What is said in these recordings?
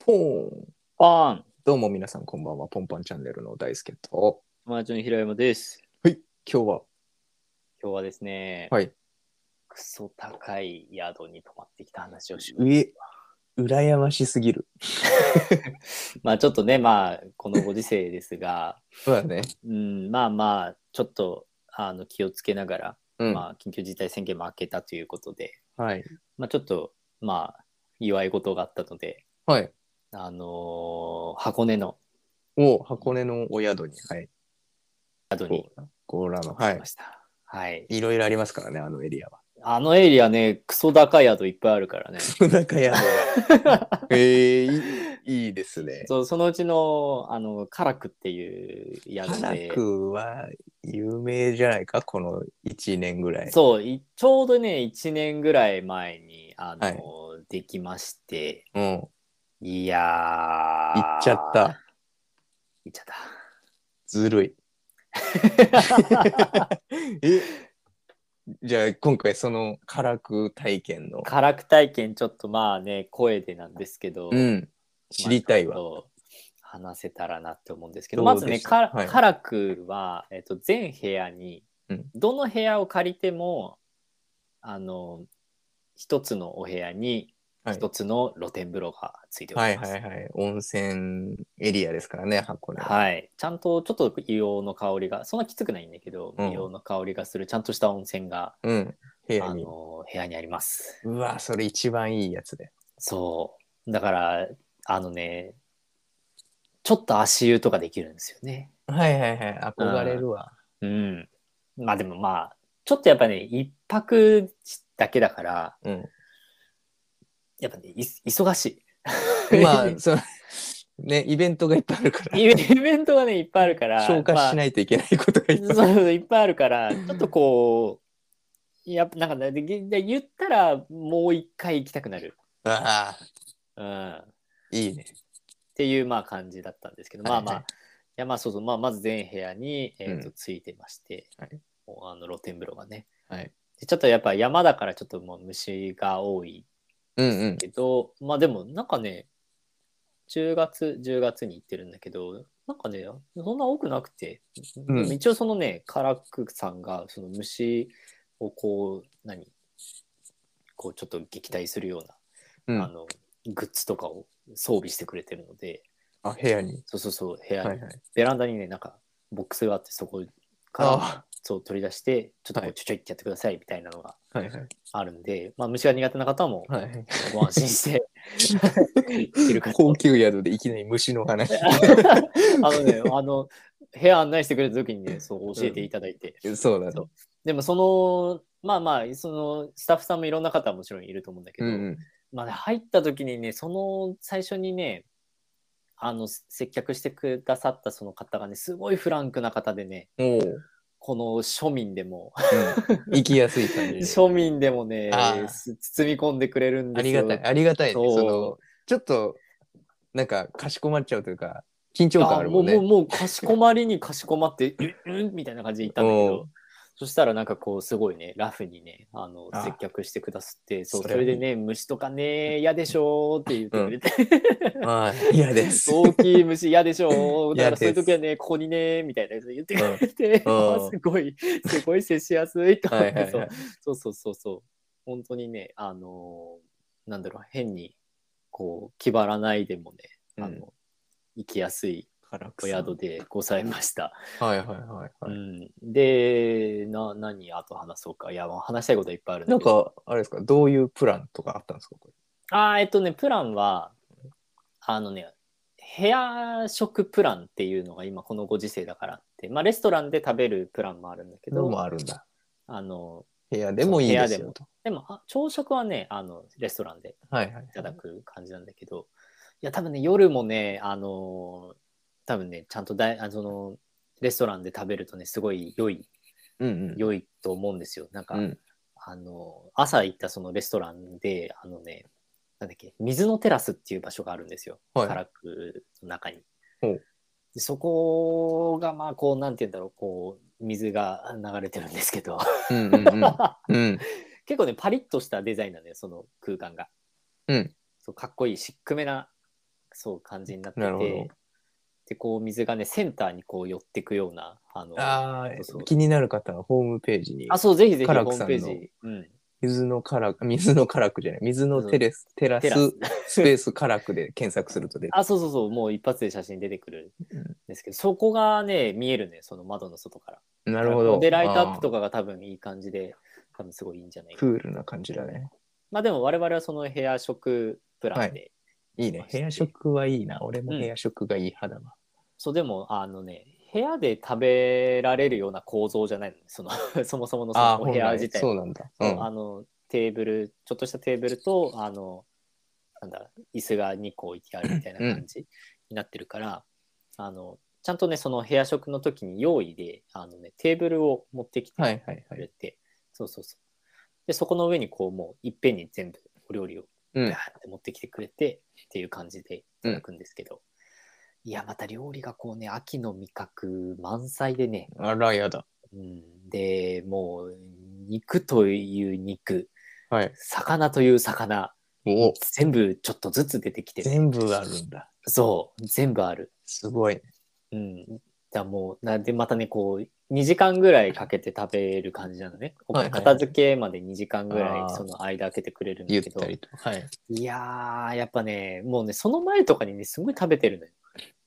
ポーン。 パン。 どうも皆さんこんばんは。ポンパンチャンネルの大輔と。 友達の平山です。 はい。今日は、 今日はですね、 はい。 クソ高い宿に泊まってきた話をします。 羨ましすぎる。 まあちょっとね、このご時世ですが、 そうだね。 ちょっと気をつけながら、 うん。 緊急事態宣言も明けたということで、 はい。 ちょっと、祝い事があったので、 はい。 箱根の箱根のお宿に、はい。 宿にゴーラの、 泊まってはい。 きました。はい。 いろいろありますからね、あのエリアは。 あのエリアね、クソ高い宿いっぱいあるからね。 中宿が。いいですね。 そう、そのうちの、カラクっていう宿辛で、 くは有名じゃないか、この1年ぐらい。 そう、ちょうどね、1年ぐらい前に、 はい。 できまして、 うん。 いや行っちゃっー、 た。 行っちゃっずるい。 た。 じゃあ今回その辛く体験の、 カラク体験、ちょっと声でなんですけど、 うん、知ちょっりたいわ。 と話せたらなって思うんですけど、まずね、 どうでしたはい。 カラクは、全部屋に、 うん。 どの部屋を借りても、あの、一つのお部屋にはい。 一つの露天風呂がついておはいります。 はいはい。温泉エリアですからね、箱根は。 はい。ちゃんとちょっと硫黄の香りが、そんなきつくないんだけど、 うん。 硫黄の香りがするちゃんとした温泉が、 うん。部屋に。 部屋にあります。 うわ、それ一番いいやつで。 そう。だから、あのね、ちょっと足湯とかできるんですよね。 はいはいはい。憧れうん。 るわ。 うん。でもちょっとやっぱね、一泊だけだから、 うん。 やっぱね、忙しい。 まあ、ね、イベントがいっぱいあるから、 イベントがね、いっぱいあるか消ら、 化しないといけないことがいっぱいある。 そういっぱいあるから、ちょっとこう、やっぱなんかね、言ったらもう一回行きたくなる。 ああ、 うん。っいいね。 ていう感じだったんですけど、 はいはい。 いやそうそう、まず全部屋に、 うん。 ついてまして、 はい。 露天風呂がね。 はい。 でちょっとやっぱ山だからちょっともう虫が多いですうんうん。 けど、でもなんかね、10月、10月に行ってるんだけど、なんかね、そんな多くなくて、でもうん。 一応そのね、カラクさんがその虫をこうちょっと撃退するような、 うん。 グッズとかを装備してくれてるので、 あ、部屋に。 そうそうそう、部屋に、 はいはい。 ベランダにね、なんかボックスがあって、そこからあそう取り出して、ちょっあ、はい。 とこうちょちょいってやってくださいみたいなのがはいはい。 あるんで、虫が苦手な方はもはい。 うご安心していけるかと。 高級宿でいきなり虫の話。 部屋案内してくれた時にね、そう教えていただいて、 うん。そうだね。 そう。でもそのスタッフさんもいろんな方はもちろんいると思うんだけど、 うんうん。 入った時にね、その最初にね、接客してくださったその方がね、すごいフランクな方でね、 おお。 この庶民でもうん。行きやすい感じで。 庶民でもね、 あ包み込んでくれるんあ、ありがたい。 ですよ。 ありがたいね。 そう。 ちょっと、なんか、かしこまっちゃうというか、緊張感あるもんね。 もう、かしこまりにかしこまって、みたいな感じで言ったんだけおお。 ど、そしたらなんかこう、すごいね、ラフにね、接あ、 客してくださって、そう、 それはいい。 それでね、虫とかね、嫌でしょって言っうん。 てくれて、 ああ、嫌です。 大きい虫嫌でしょだか嫌らそういです。 う時はね、ここにね、みたいな言ってくうん。 れて、 うん。 すごい接しやすいとはい思って、 はいはい。 そう、本当にね、なんだろう、変に、こう、気張らないでもね、 うん。 行きやすい唐お草。 宿でございました。 はいはいはいはい。 うん。で、何あと話そうか。いや、話したいことはいっぱいあるんだけど。 なんか、あれですか、どういうプランとかあったんですか、こプランは、あのね、部屋食プランっていうのが今このご時世だからあって、レストランで食べるプランもあるんだけれ。のど、 もあるんだ。 あの、その部屋でもいい部屋でも。 ですよと。 でも、朝食はね、レストランではいはいいただはい。 く感じなんだけど、いや、多分ね、夜もね、多分ね、ちゃんとレストランで食べるとね、すごいうん良いと思うんですよ。なんか、 うん。うん。 朝行ったそのレストランで、なんだっけ、水のテラスっていう場所があるんですよ。 はい。 カラクの中に。 ほう。 でそこが、こう、なんて言うんだろう、こう、水が流れてるんですけど、 うんうんうん。うん。 結構ね、パリッとしたデザインなんだよ、その空間が。 うん。 そうかっこいい、シックめなそう感じになってなるほど。 て、でこう水がねセンターにこう寄ってくようなああ、 そうそう気になる方はホームページに、 そうぜひぜカラひホームクさんのページ、 水のカラクじゃない、水のテラステラススペースカラクで検索すると出てそうそうそう、もう一発で写真出てくるうんんですけど、そこがね見えるね、その窓の外から。 なるほど。 でライトアップとかが多分いい感じで、多分すごいいいんじゃないかな。 クールな感じだね。 まあでも我々はその部屋食プランで、 いいね。部屋食はいいな。俺も部屋食がいい派だわ。 そうでも部屋で食べられるような構造じゃないのね、そもそものそのお部屋自体は。 そうなんだ。 そうテーブル、ちょっとしたテーブルとなんだ椅子が2個置いてあるみたいな感じになってるから、ちゃんとねその部屋食の時に用意でテーブルを持ってきてくれて、そうそうそう。でそこの上にこうもういっぺんに全部お料理をバーって持ってきてくれて、っていう感じでいただくんですけど、いやまた料理がこうね秋の味覚満載でね、 あらやだ。 でもう肉という肉、 はい、 魚という魚、全部ちょっとずつ出てきて、 全部あるんだ。 そう全部ある。 すごい。 じゃもうでまたねこう2時間ぐらいかけて食べる感じなのね。片付けまで2時間ぐらいその間開けてくれるんだけど、いややっぱねもうねその前とかにねすごい食べてるのよ。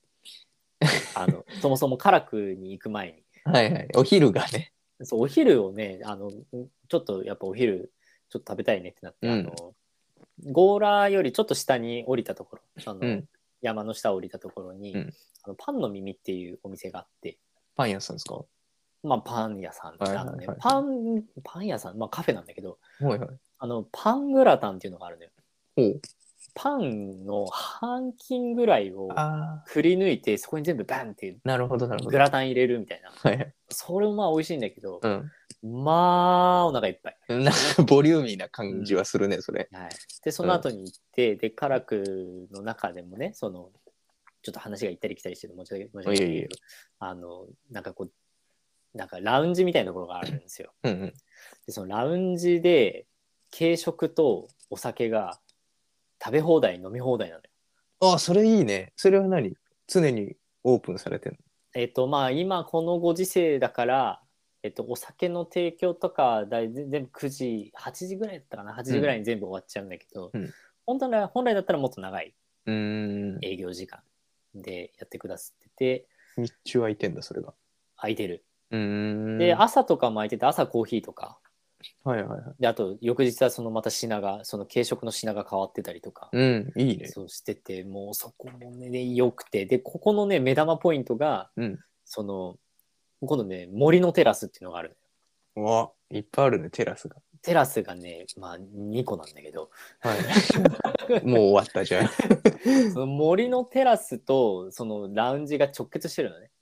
そもそもカラクに行く前に。 お昼がね。 そう、お昼をね、ちょっとやっぱお昼、ちょっと食べたいねってなって、ゴーラよりちょっと下に降りたところ、山の下降りたところに、パンの耳っていうお店があって。 パン屋さんですか？ まあ、パン屋さん。パン屋さん、まあカフェなんだけど、パングラタンっていうのがあるのよ。パンの半斤ぐらいをくり抜いてそこに全部バンってグラタン入れるみたいな、それもまあ美味しいんだけど、まあお腹いっぱい。 なんかボリューミーな感じはするね、それ。 でその後に行って、でカラクの中でもねちょっと話が行ったり来たりしてる、申し訳ないけど、なんかこうなんかラウンジみたいなところがあるんですよ。でそのラウンジで軽食とお酒が食べ放題飲み放題なのよ。それいいね。それは何？常にオープンされてるの？まあ今このご時世だから、お酒の提供とか全部9時8時ぐらいだったかな、8時ぐらいに全部終わっちゃうんだけど、本来だったらもっと長い営業時間でやってくださってて、 日中空いてんだ、それが。 空いてる。で朝とかも空いてて、朝コーヒーとか、であと翌日はそのまたその軽食の品が変わってたりとか、 いいね。 そうしてて、もうそこもね良くて、でここのね目玉ポイントが、その今度ね森のテラスっていうのがあるのよ。いっぱいあるね、テラスが。 テラスがね、まあ2個なんだけど、 もう終わったじゃん。 その森のテラスとそのラウンジが直結してるのね。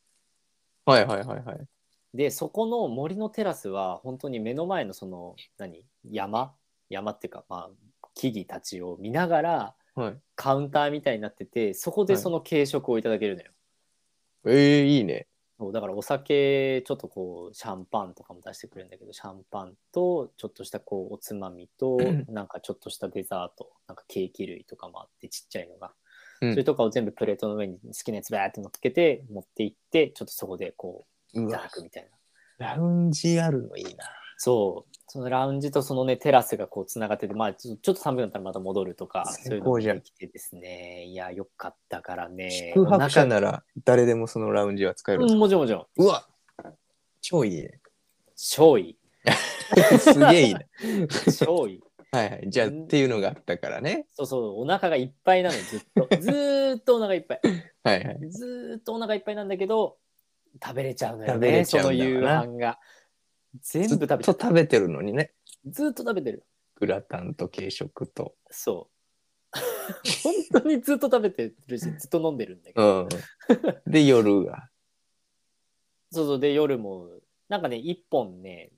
でそこの森のテラスは本当に目の前のその山っていうか、まあ木々たちを見ながら、カウンターみたいになってて、そこでその軽食をいただけるのよ。 いいね。 そうだからお酒ちょっとこうシャンパンとかも出してくれるんだけど、シャンパンとちょっとしたこうおつまみとなんかちょっとしたデザート、なんかケーキ類とかもあって、ちっちゃいのが、それとかを全部プレートの上に好きなやつバーって乗っけて持って行って、ちょっとそこでこういただくみたいな。 ラウンジあるのいいな。 そうそのラウンジとそのねテラスがこうつながってて、まあちょっと寒くなったらまた戻るとか、そういうのができてですね、いやよかったからね。 宿泊者なら誰でもそのラウンジは使えるんですか？ もちろんもちろん。 うわ超いいね。 超いい。 すげえいいね。 超いい。 じゃあっていうのがあったからね。 そうお腹がいっぱいなのよ、ずっとお腹いっぱい。ずっとお腹いっぱいなんだけど食べれちゃうのよね、その夕飯が。全部食べてるのにね。 ずっと食べてる。 グラタンと軽食と。 そう本当にずっと食べてるし、ずっと飲んでるんだけど、 で夜がそうで夜もなんかね1本ね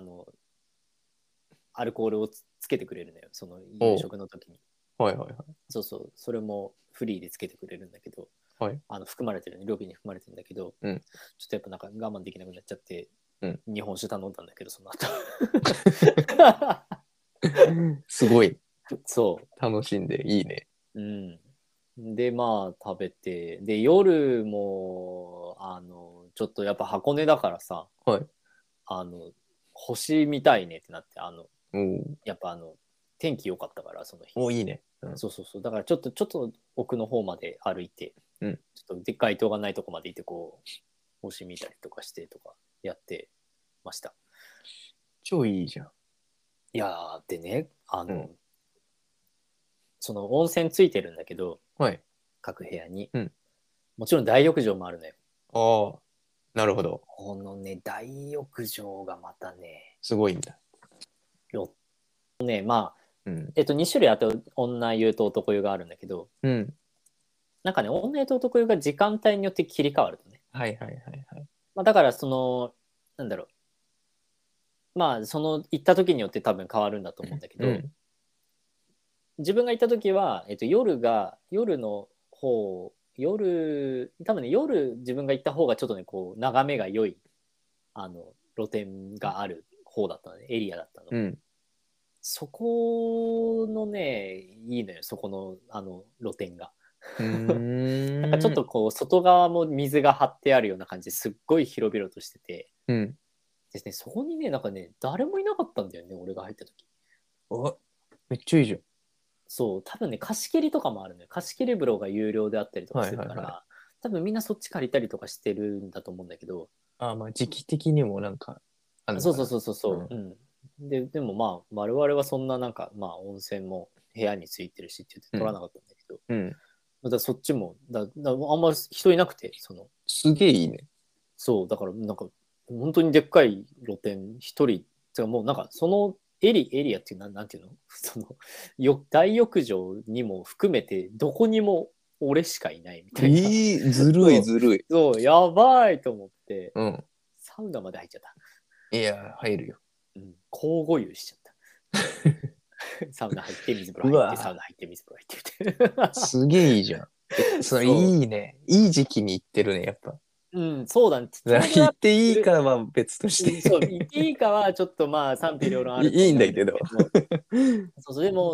アルコールをつけてくれるのよ、その夕食の時に。そうそれもフリーでつけてくれるんだけど、含まれてるね、料金に含まれてるんだけど、ちょっとやっぱなんか我慢できなくなっちゃって、日本酒頼んだんだけど、その後すごいそう楽しんでいいね。 でまあ食べて、で夜もちょっとやっぱ箱根だからさ、 はい。 星見たいねってなって、 おーやっぱ天気良かったからその日。 おー、いいね。うん。 そうそうそう。だからちょっと奥の方まで歩いて、 うん。 ちょっとでっかい塔がないとこまで行ってこう星見たりとかしてとかやってました。 超いいじゃん。 いやーでね、 うん。 その温泉ついてるんだけど、 はい。 各部屋に。 うん。 もちろん大浴場もあるのよ。 ああ、なるほど。 このね、大浴場がまたね、 すごいんだ。 よね、まあ、 うん。 2種類あと女湯と男湯があるんだけど、 うん。 なんかね、女湯と男湯が時間帯によって切り替わるとね。 はいはいはいはい。 まあ、だからなんだろう、まあ、行った時によって多分変わるんだと思うんだけど、 うん。 自分が行った時は、夜の多分ね、夜自分が行った方がちょっとね、こう、眺めが良い、露天がある方だったのね、エリアだったの。 うん。 そこのね、いいのよ、そこの、露天が。 うなんかちょっーん。 とこう、外側も水が張ってあるような感じですっごい広々としてて、 うん。 ですね、そこにね、なんかね、誰もいなかったんだよね、俺が入った時。 お、めっちゃいいじゃん。 そう、多分ね、貸し切りとかもあるのよ。貸し切り風呂が有料であったりとかはいするはいはい。 から、多分みんなそっち借りたりとかしてるんだと思うんだけど、 ああ、まあ時期的にもなんかあるのかな。 そうそうそうそうそう、 うん。 うん。でもまあ、我々はそんななんか、まあ、温泉も部屋についてるしって言ってうん。 取らなかったんだけど、 うん。 だからそっちも、あんま人いなくて、 すげえいいね。 そう、だからなんか、本当にでっかい露店、一人、つかもうなんか、そのエリアっていう、なんていうの大浴場にも含めて、どこにも俺しかいないみたいな。 ずるいそう、 ずるい。 そう、やばいと思って、 うん。 サウナまで入っちゃった。 いや、入るよ。 うん、交互湯しちゃった。サウナ入って、水風呂う入って、サウわ、 ナ入って、水風呂入ってみたいな。 すげえいいじゃん。それそいいね。いい時期に行ってるね、やっぱ。 う、うん、そうだね。ちょうど行っていいかは別としそう、 て言っていいかはちょっとまあ賛否両論あるといいん思うんだだけど。 けど、そうそう、でも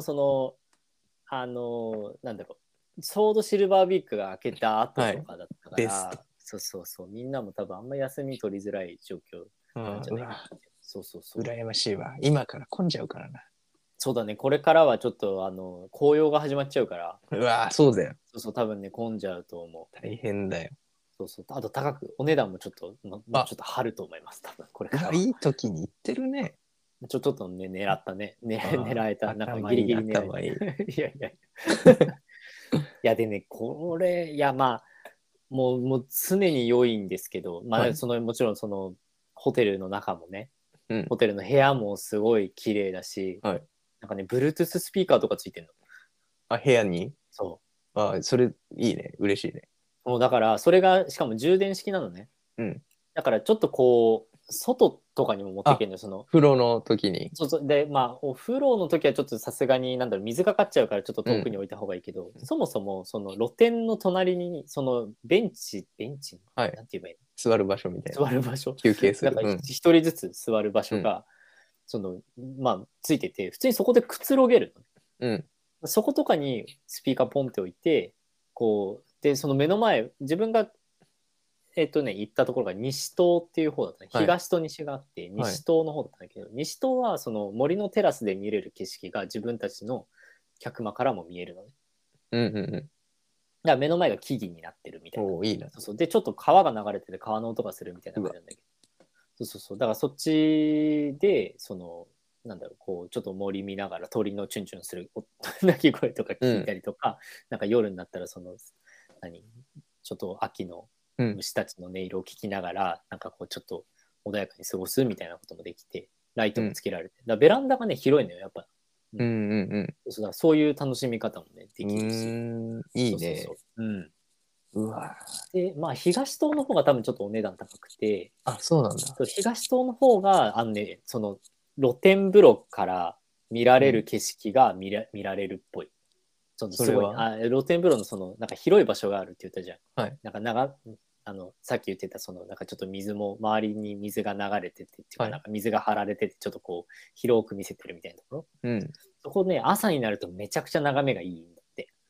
なんだろう、ちょうどシルバーウィークが明けた後はい。 とかだったかベスト。 ら、そうそうそう、みんなも多分あんま休み取りづらい状況うん、 なんじゃないかなうわ、 って。そうそうそう。 羨ましいわ。今から混んじゃうからな。 そうだね、これからはちょっと紅葉が始まっちゃうから、 うわ、そうだよ。 そうそう、多分ね、混んじゃうと思う。 大変だよ。 そうそう、あと高く、お値段もちょっと、もうあ、 ちょっと張ると思います、多分これうわ、 からは。 いい時に行ってるね。 ちょっとね、狙ったね、 あ狙えた、なんか頭いい、 ギリギリ狙え頭いい。 た。いやいやいや、でね、これ、いや、まあ、もう常に良いんですけど、まあ、 はい。 もちろんホテルの中もね、 うん。 ホテルの部屋もすごい綺麗だし、 はい。 なんかね、Bluetooth スピーカーとかついてんの。 あ、部屋にそあ、それいいね。嬉しいね。 う。もうだから、それが、しかも充電式なのね。 うん。 だから、ちょっとこう、外とかにも持っていあ、 けるのよ、 風呂の時に。 そうそう。で、まあ、お風呂の時はちょっとさすがに、なんだろう、水かかっちゃうからちょっとうん。 遠くに置いた方がいいけど、そもそも、露天の隣に、ベンチ、 はい。 なんて言えばいい座る場所みたいな。 の、座る場所。 休憩する。 なんかうん。 一人ずつ座る場うん。 所が、その、まあ、ついてて、普通にそこでくつろげるのね。 うん。 そことかにスピーカーポンって置いて、こう、で、その目の前、自分が行ったところが西棟っていう方だったね。 はい。 東と西があって、 はい。 西棟の方だったんだけど、西棟はその森のテラスで見れる景色が自分たちの客間からも見えるのね。 うんうんうん。 だから目の前が木々になってるみたいな。 おお、いいな。 そうそう。で、ちょっと川が流れてて川の音がするみたいなうわ。 感じなんだけど。そうそうそう。だからそっちで、なんだろう、こう、ちょっと森見ながら鳥のチュンチュンする鳴き声とか聞いたうん。 りとか、なんか夜になったら何ちょっと秋のうん。 虫たちの音色を聞きながら、なんかこうちょっと穏やかに過ごすみたいなこともできて、ライトもうん。 つけられて。だからベランダがね、広いのよ、やっぱ。うん。 うんうんそうだからそういう楽しみ方もね、でうきるし。 ん。うーん。いいね。 そうそうそう。うん。 うわ。 で、まあ、東棟の方が多分ちょっとお値段高くて、 あ、そうなんだ。 そう東棟の方が、露天風呂から見られるうん。 景色が見られるっぽい。すごいね。 それは露天風呂のなんか広い場所があるって言ったじゃん。 はい。 なんかさっき言ってた、なんかちょっと水も、周りに水が流れててっていうか、 はい。 なんか水が張られてて、ちょっとこう、広く見せてるみたいなところ。 うん。 そこね、朝になるとめちゃくちゃ眺めがいいんだって。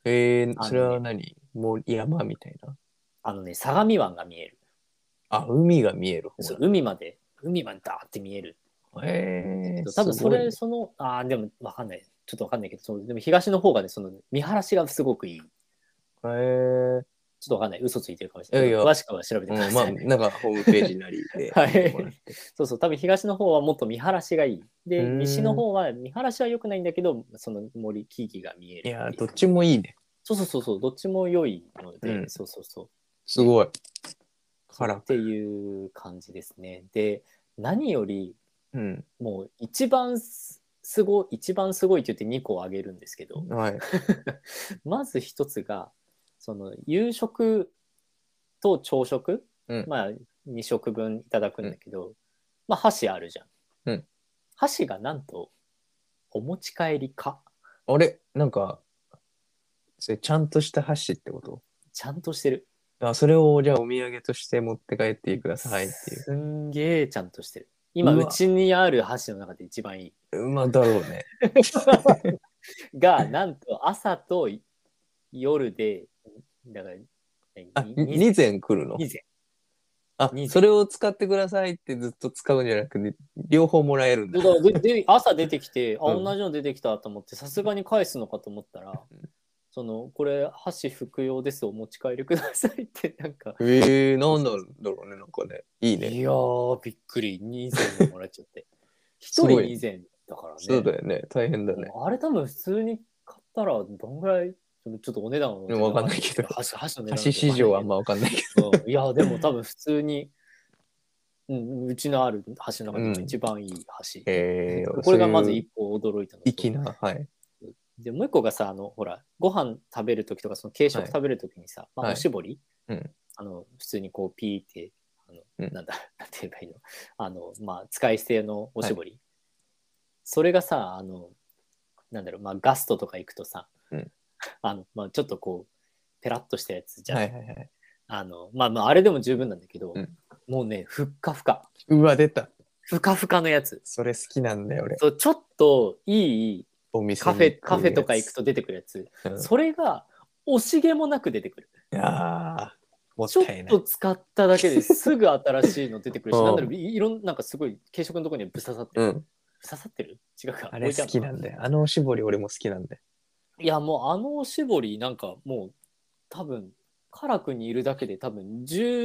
それは何もう山みたいな。 相模湾が見える。 あ、海が見える方そう、 だ。 海までダーって見える。多分それ、 すごいね。 でもわかんない。ちょっとわかんないけど、でも東の方がね、見晴らしがすごくいい。 えちょっとわかんない。嘘ついてるかもしれない。 いやいや、 詳しくは調べてくだまあ、 さい。 なんかホームページなりでは見てもらっい。 て。 そうそう、多分東の方はもっと見晴らしがいい。 うで、西のーん。 方は見晴らしは良くないんだけど、その木々が見えるいや、 っていう。 どっちもいいね。 そう、どっちも良いので、 うん。 う。ね、 すごい。カラフそうっていう感じですね。で、何より、 ル。うん。 もう一番すごいって言って2個あげるんですけど、 はい。 まず一つが、夕食と朝食、 うん。 まあ2食分いただくんだけど、まあ箸あるじゃん。 うん。 箸がなんとお持ち帰りか。 あれなんか、それちゃんとした箸ってこと？ ちゃんとしてる。 あ、それをじゃあお土産として持って帰ってくださいっていう。 すんげえちゃんとしてる。今、 うわ、 うちにある箸の中で一番いい。 まあだろうね。 が、なんと朝と夜で、だから、 あ、 2 2膳来るの？ 膳。 あ、 2膳。 それを使ってくださいってずっと使うんじゃなくて、両方もらえるんだ。 朝出てきて、 うん。 同じの出てきたと思って、さすがに返すのかと思ったら、これ、箸服用です、お持ち帰りくださいって、なんか、 なんだろうね、なんかね。いいね。 いやー、びっくり。2膳ももらっちゃって。1人すごいね。 2膳だからね。 そうだよね。大変だね。 あれ多分普通に買ったらどんぐらい、ちょっとお値段はでもわ全然わかんない。 かんないけど。 箸の値段なんてわ箸市かんないけど。 場はあんまわかんないけいや、でも多分普通に、うちのある箸の中ど。うで今ん。 一番いい箸。これがまずそういう一個驚いたのと、 粋な、はい。 で、もう一個がさ、ほら、ご飯食べるときとか、軽はい。 食食べるときにさ、まあ、 はい。 おしぼり、 うん。 普通にこう、ピーって、 うん。 なんだ、なんて言えばいいの、まあ、使い捨てのおはい。 しぼり。それがさ、なんだろう、まあ、ガストとか行くとさ、 うん。 まあ、ちょっとこう、ペラッとしたやつじゃない。 はいはいはい。 まあ、あれでも十分なんだけど、 うん。 もうね、ふっかふか。 うわ、出た。 ふかふかのやつ。 それ好きなんだよ、俺。 そう、ちょっといいお店に行カフェとくやつ。 か行くと出てくるやつ。 うん。 それが惜しげもなく出てくる。 いやー、もっちょったいない。 と使っただけですぐ新しいの出てくるし、なんだろう、 うなんかすごい軽食のところにはぶ刺さってん。うる。 ん。 刺さってる違うか、 あれ好置いてあるのか。 きなんだよ。あのおしぼり俺も好きなんだよ。 いや、もうおしぼりなんかもう多分、カラクにいるだけで多分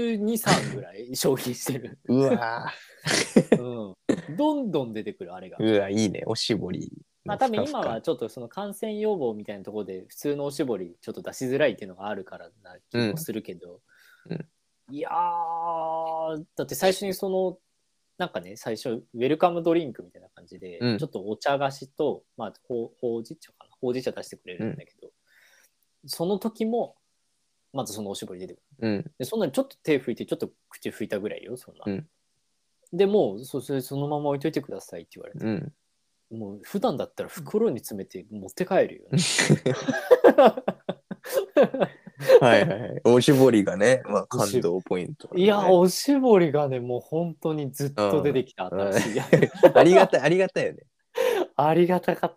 12、3ぐらい消費してる。 うわうん。どんどん出てくる、あれが。 ー。うわ、いいね。おしぼりの多ふかふか。 分今はちょっとその感染予防みたいなところで普通のおしぼりちょっと出しづらいっていうのがあるからな気もするけど、 うん。 いやだって最初になんかね、最初ウェルカムドリンクみたいな感じで、 うん。 ちょっとお茶菓子と、まあ、ほうじ茶かな、ほうじ茶出してくれるんだけど、その時もまずそのおしぼり出てくる。 うん。 でそんなにちょっと手拭いてちょっと口拭いたぐらいよ、そんな。 うん。 でもうそのまま置いといてくださいって言われて、 うん。 もう普段だったら袋に詰めて持って帰るよね。 はいはいはい。おしぼりがね、まあ感おし動ポイントいや、 なんだね。 おしぼりがね、もう本当にずっうん。 と出てきた新しいやつ。 ありがたい、ありがたいよね。 ありがたかった。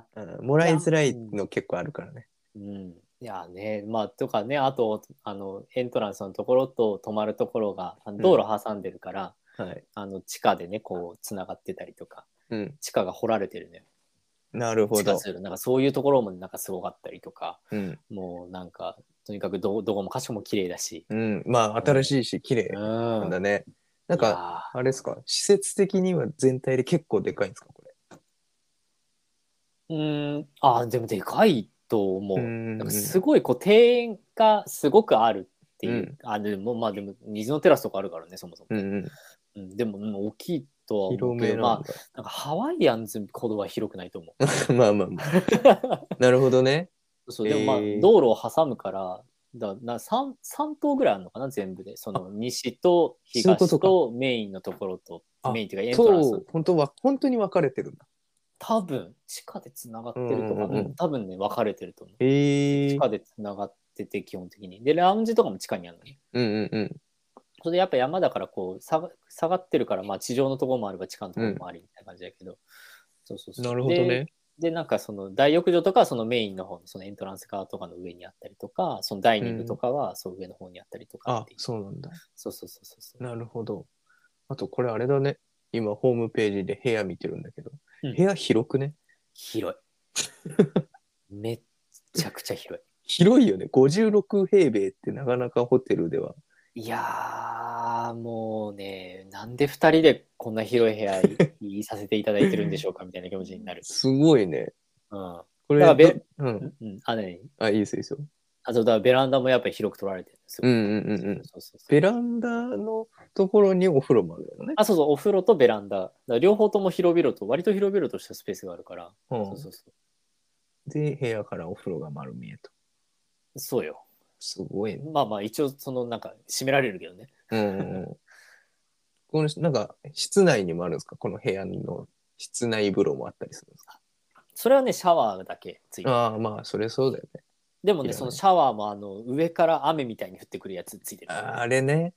もらいいや、 づらいの結構あるからね。 うん。いやね、まあ、とかね、あと、エントランスのところと泊まるところが、道路挟んでるから、 はい。 地下でね、こう、つながってたりとか、 うん。 地下が掘られてるね。 なるほど。 地下通路、なんかそういうところもなんかすごかったりとか、 うん。 もうなんか、とにかくどこもかしこも綺麗だし、 うん。まあ、 うん。 新しいし、綺麗なんだね。なんいやか、あれですか、施設的には全体で結構でかいんですか、これ？ でもでかいとう思う。なんかん。 すごいこう庭園がすごくあるっていう、 うん。 でもまあでも水のテラスとかあるからね、そもそもね。 うん。うん。 でも大きいとは思う広けど、まあめなんだ。 なんかハワイアンズほどは広くないと思まあまあまあ。 う。 なるほどね。 そう、でもまあ道路を挟むから、3棟ぐらいあるのかな、全部で。そあ、 の西とそういうことか。 東とメインのところと、メあ、 インっていうかエントランスのところ。 本当に分かれてるんだ。 多分地下でつながうってるとか、 んうんうん。 多分ね、分かれてると思う。地ええ。 下でつながってて、基本的に。で、ラウンジとかも地下にあるのね。 うんうんうん。 それでやっぱ山だからこう下がってるから、まあ地上のところもあれば地下のとうん。 ころもありみたいな感じだけど、そうそうなそう。で、 るほどね。 で、なんかその大浴場とかはそのメインの方のそのエントランス側とかの上にあったりとか、そのダイニングとかはそう上の方にあったりとかあっていう。 そうなんだ。 そうそうそうそうそう。 なるほど。あとこれあれだね。今ホームページで部屋見てるんだけど、 うん部屋広くね。 広い。めっちゃくちゃ広広いよね。56平米ってなかなかホテルでは。 い。いやー、もうね、なんで2人でこんな広い部屋いさせていただいてるんでしょうかみたいな気持ちになる。 すごいね。 うん。 これだからうん。 うん、あ、何あ、いいですよ、いいですよ。 あと、だからベランダもやっぱり広く取られてるんですよ。 うんうんうんうん。 そうそうそう。 ベランダのところにお風呂もあるのね。 あ、そうそう、お風呂とベランダ。だから両方とも広々と、割と広々としたスペースがあるから。 うんそうそうそで、部屋からお風呂が丸見えと。 う。そうよ。 すごいね。 まあまあ、一応、その、なんか、閉められるけどね。 うんうんうん。この、なんか、室内にもあるんですか？この部屋の室内風呂もあったりするんですか？ それはね、シャワーだけついてる。 ああ、まあ、それそうだよね。 でもね、 いらないそのシャワーも、上から雨みたいに降ってくるやつついてる。 あれね。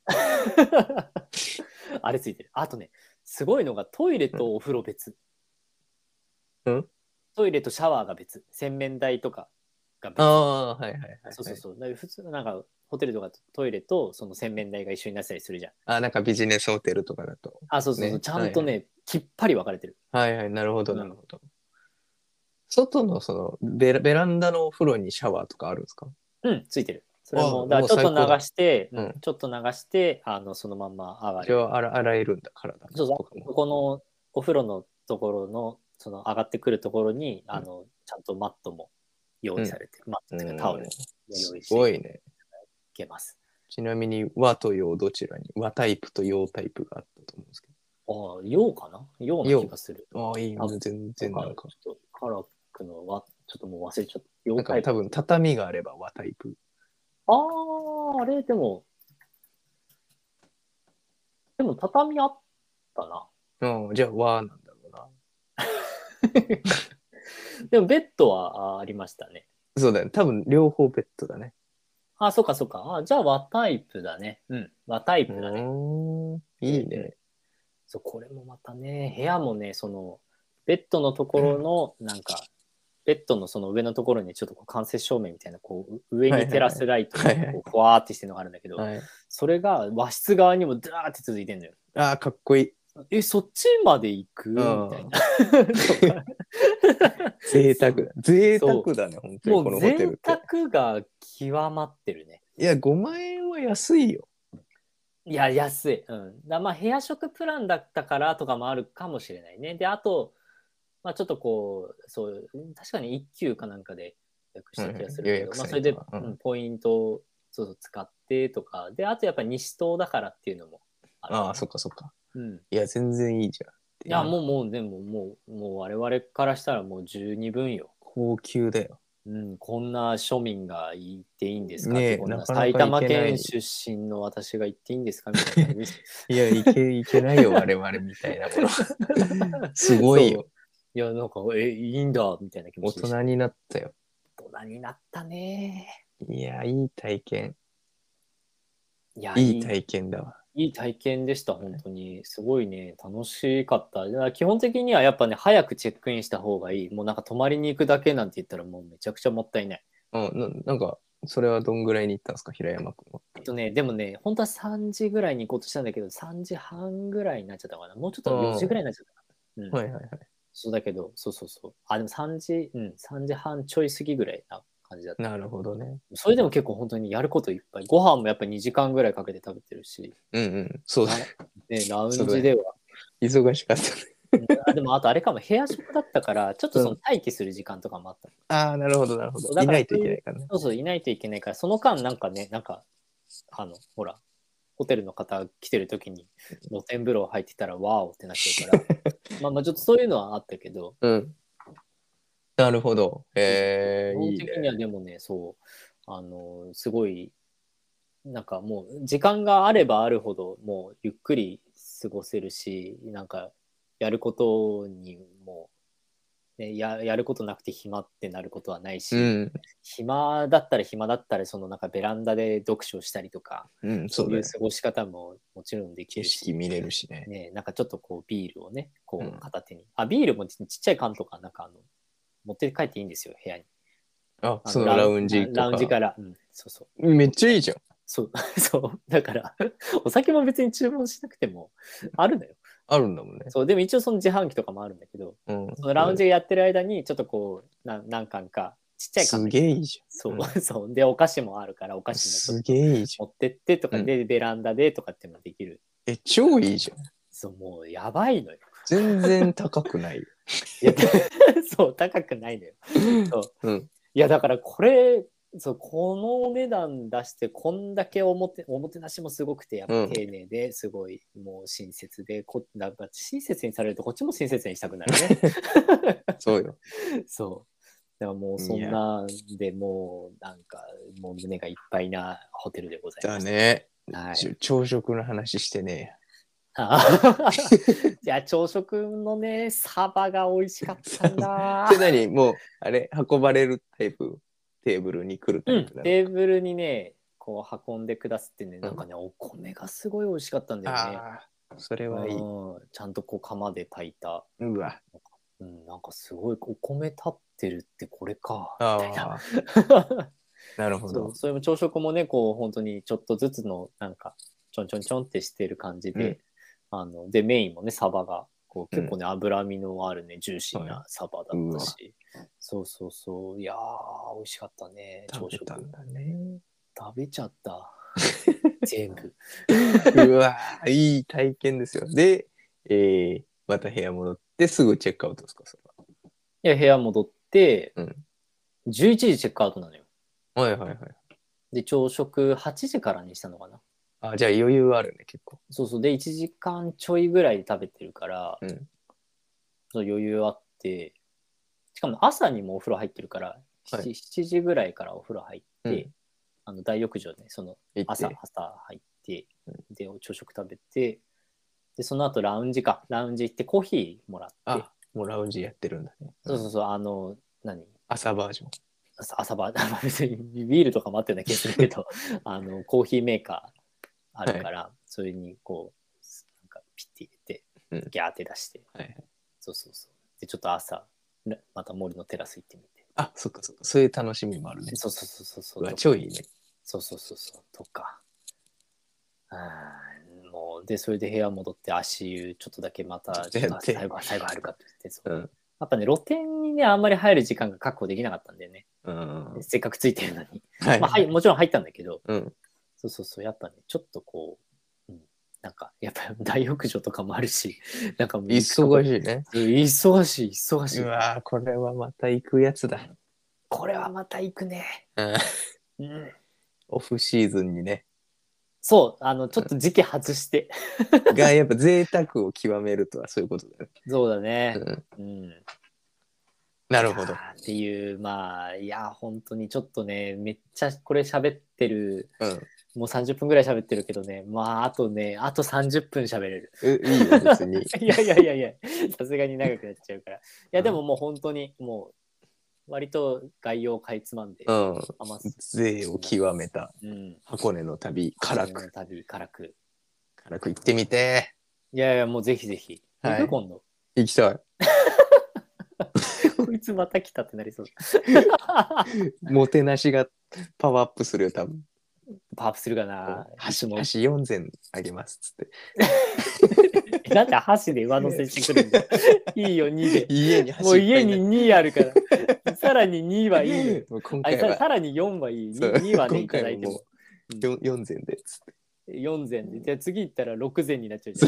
あれついてる。あとね、すごいのがトイレとお風呂別。 うん。 トイレとシャワーが別。洗面台とかが別。 ああ、はいはいはい、はい。 そうそうそう。だから普通なんかホテルとかトイレとその洗面台が一緒になってたりするじゃん。 あ、なんかビジネスホテルとかだと。 あ、そうそうそう。 ね、 ちゃんとね、きっぱり分かれてる。 はいはい、なるほど、 うんなるほど。外のそのベランダのお風呂にシャワーとかあるんですか？ うん、ついてる。それあも、だからちょっともう最高だ流して、 うんちょっと流して、そのまんま上がる。 一応洗えるんだ、体そうそう。 とかも。 ここのお風呂のところの、その上がってくるところに、ちゃんとマットも用意されてる。マットっていうかタオルも用意すしていごいね。 けます。 ちなみに和と洋どちらに和タイプと洋タイプがあったと思うんですけああ、洋かな洋な気がする。 ど。ああ、いいあね。全然なんか。 ちょっとカラクのは、ちょっともう忘れちゃった。 なんか多分畳があれば和タイプ。 ああ、あれ、でも畳あったな。 じゃあ和なんだろうな。 でもベッドはありましたね。 そうだよね。多分両方ベッドだね。 あ、そっかそっか。じゃあ和タイプだね。うん、和タイプだね。 いいね。 そう、これもまたね、部屋もね、その、ベッドのところの、なんか、ベッドのその上のところにちょっとこう間接照明みたいな、こう、上に照らすライトがこう、ふわーってしてるのがあるんだけど、 はい。 それが和室側にもダーって続いてんのよ。 ああ、かっこいい。 そっちまで行くみたいな。 贅沢だ。贅沢だね、本当にこもう贅のホテルって。 沢が極まってるね。 いや、5万円は安いよ。 いや、安い。うん。まあ、部屋食プランだったからとかもあるかもしれないね。で、あと、まあ、ちょっとこう、そう、確かに一級かなんかで予約した気がするけど、まあ、それで、ポイントをそうそう使ってとか、で、あとやっぱり西棟だからっていうのもある、ね。 ああ、そっかそっか。 うん。 いや、全然いいじゃん。 いや、でも、もう我々からしたらもう十二分よ。 高級だよ。 うん、こんな庶民が言っていいんですかねえこんななかなか埼玉行けない県出身の私が言っていいんですかみたいな感じです。 いや、いけないよ、我々みたいなもの。すごいよ。 いや、なんか、いいんだ、みたいな気持大ちでした。 人になったよ。 大人になったね。 いや、いい体験。 いや、 いい体験だわ。 いい体験でした、本当に。すごいね、楽しかった。だから基本的にはやっぱね、早くチェックインした方がいい。もうなんか泊まりに行くだけなんて言ったらもうめちゃくちゃもったいない。 なんか、それはどんぐらいに行ったんですか、平山君は。 でもね、本当は3時ぐらいに行こうとしたんだけど、3時半ぐらいになっちゃったかな。もうちょっと4時ぐらいになっちゃったかな。 はいはいはい。 そうだけど、そうそうそう。あ、でも3時半ちょい過ぎぐらいな感じだった。 なるほどね。 それでも結構本当にやることいっぱい。ご飯もやっぱ2時間ぐらいかけて食べてるし。 そうだね。ラウンジでは。 忙しかったね。 でもあとあれかも、部屋食だったから、ちょっとその待機する時間とかもあった。 ああ、なるほどなるほど。いないといけないからね。 そうそう、いないといけないから、その間なんかね、ほら、ホテルの方来てる時に露天風呂入ってたらワーオってなっちゃうから、まあちょっとそういうのはあったけど、 なるほど。 基本いい的にはでもね、そう、すごい、なんかもう時間があればあるほど、もうゆっくり過ごせるし、なんかやることにも、ね、やることなくて暇ってなることはないし、暇だったらそのなんかベランダで読書したりとか、そういう過ごし方ももちろんできるし、 景色見れるしね。 なんかちょっとこうビールをね、こう片手に、ビールもちっちゃい缶とか、なんか持って帰っていいんですよ、部屋に。 そのラウンジとか。 ラウンジから。そうそう。 めっちゃいいじゃん。 そう、そう。だから、お酒も別に注文しなくてもあるのよ。 あるんだもんね。 そう、でも一応その自販機とかもあるんだけど、そのラウンジやってる間に、ちょっとこう、何巻か、ちっちゃい缶。 すげえいいじゃん。 そう、そう。で、お菓子もあるから、お菓子もすげえいいじゃん。 持ってってとかで、ベランダでとかってもできる。 超いいじゃん。 そう、もうやばいのよ。 全然高くないよ。 いや、そう、高くないのよ。そう。いや、だからこれ、そう、このお値段出して、こんだけおもてなしもすごくて、やっぱ丁寧ですごい、もう親切で、なんか親切にされると、こっちも親切にしたくなるね。 そうよ。 そう。だからもうそんなでもうなんかもう胸がいっぱいなホテルでございます。 だね。 はい、 朝食の話してね。 いや、朝食のね、サバが美味しかったんだ。 で、何もう、あれ、運ばれるタイプ、テーブルに来るタイプなの、 テーブルにね、こう運んでくださってね、なんかね、お米がすごい美味しかったんだよね。 それはいい。 ちゃんとこう釜で炊いた。 うわ。 なんかすごいお米立ってるってこれか、みたいな。 なるほど。 それも朝食もね、こう本当にちょっとずつのなんかちょんちょんちょんってしてる感じで、でメインもねサバがこう結構ね、脂身のあるねジューシーなサバだったし、そうそうそう、いやー美味しかったね。朝食食べたんだね。 食べちゃった全部。 うわー、いい体験ですよ。で、また部屋戻ってすぐチェックアウトですか、それは。 いや部屋戻って、11時チェックアウトなのよ。 はいはいはい。 で朝食8時からにしたのかな。 じゃあ余裕あるね、結構。 そうそう。で、1時間ちょいぐらいで食べてるから、そう余裕あって、しかも朝にもお風呂入ってるから、7時ぐらいからお風呂入って、大浴場ね、その朝入って、で、朝食食べて、で、その後ラウンジ行ってコーヒーもらって。 もうラウンジやってるんだね。 そうそうそう、 朝バージョン。 朝バー、別にビールとかもあってるような気がするけど、コーヒーメーカーあるから、それにこう、なんかピッて入れて、ギャーって出して、そうそうそう。で、ちょっと朝、また森のテラス行ってみて。 そっかそっか。そういう楽しみもあるね。 そうそうそうそう。 超いいね。 そうそうそうそう。とか。もう、で、それで部屋戻って足湯ちょっとだけまた、最後入るかって言って、やっぱね、露店にね、あんまり入る時間が確保できなかったんだよね。せっかくついてるのに。もちろん入ったんだけど、そうそうそう、やっぱね、ちょっとこう、なんか、やっぱ大浴場とかもあるし、なんかもう忙しいね。 忙しい。 うわー、これはまた行くやつだ。 これはまた行くね。 オフシーズンにね。 そう、ちょっと時期外して。 が、やっぱ贅沢を極めるとはそういうことだよね。 そうだね。 なるほど。 っていう、まあ、いや、本当にちょっとね、めっちゃこれ喋ってる。もう30分ぐらい喋ってるけどね、まあ、あと30分喋れる。 いいよ、別に。 いや、さすがに長くなっちゃうから。いや、でももう本当に、もう、割と概要をかいつまんで、 贅を極めた箱根の旅、辛く行ってみて。 いや、もうぜひぜひ。行く今度。 行きたい。 こいつまた来たってなりそう。 もてなしがパワーアップするよ、多分。 パワーアップするかな。 箸4膳あげますっつって。なんで箸で上乗せしてくるんだよ。いいよ、2で。もう家に2あるから。さらに2はいいよ。さらに4はいい。2はね、いただいても。 4膳でっつって。 4膳で。じゃあ次行ったら6膳になっちゃうじ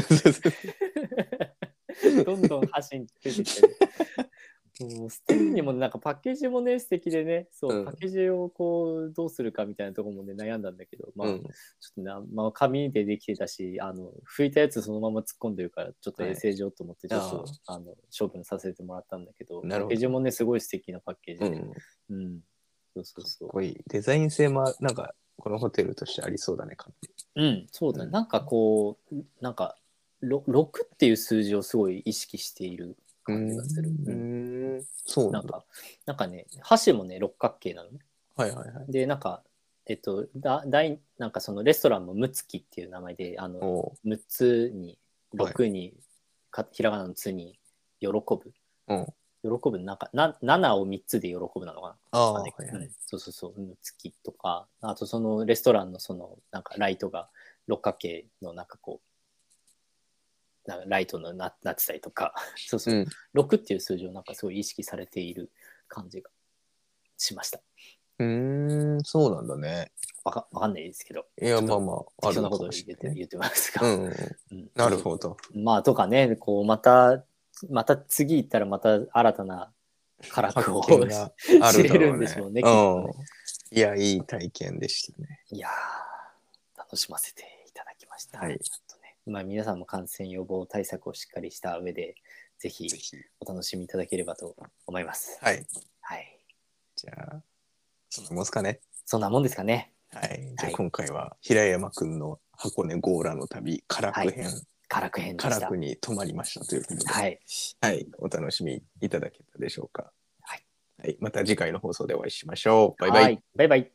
ゃん。どんどん箸に出てきて。ステージもなんかパッケージもね素敵でね、パッケージをこうどうするかみたいなところもね悩んだんだけど、ちょっと紙でできてたし、拭いたやつそのまま突っ込んでるからちょっと衛生上と思ってちょっと処分させてもらったんだけど、パッケージもねすごい素敵なパッケージで、そうかっこいい。デザイン性もなんかこのホテルとしてありそうだね。 そうだね。なんかこうなんか6っていう数字をすごい意識している感じがする。 そうなんかね、箸もね、六角形なのね。で、なんか、なんかそのレストランもむつきっていう名前で、6つに、6に、ひらがなのつに、喜ぶ。 ぶなんか7を3つで喜ぶなのかな。 ああ、 まあねはいはい。 そうそうそう、月とか、あとそのレストランのそのなんかライトが六角形のなんかこう、なんかライトのなってたりとか、そうそう、6っていう数字をなんかすごい意識されている感じがしました。 そうなんだね。 わかんないですけど。 いや、まあまあ、あ適当なこるかとを言ってもしれないね。 言ってますが。 うんうんうん。なるほど。 まあとかね、こうまた次行ったらまた新たなカラクを発見があ知るだれるんでしろうね。 ょうね、きっとね。 いや、いい体験でしたね。 いやー、楽しませていただきました。 はい。 まあ、皆さんも感染予防対策をしっかりした上で、ぜひお楽しみいただければと思います。 はい。 はい。 じゃあ、そんなもんですかね。 そんなもんですかね。 はい。じゃあ今回は平山くんの箱根強羅の旅、唐久編、 唐久編で唐した。 久に泊まりましたということで、 はい。 はい。お楽しみいただけたでしょうか。 はい。 はい。また次回の放送でお会いしましょう。バイバイ。 バイバイ。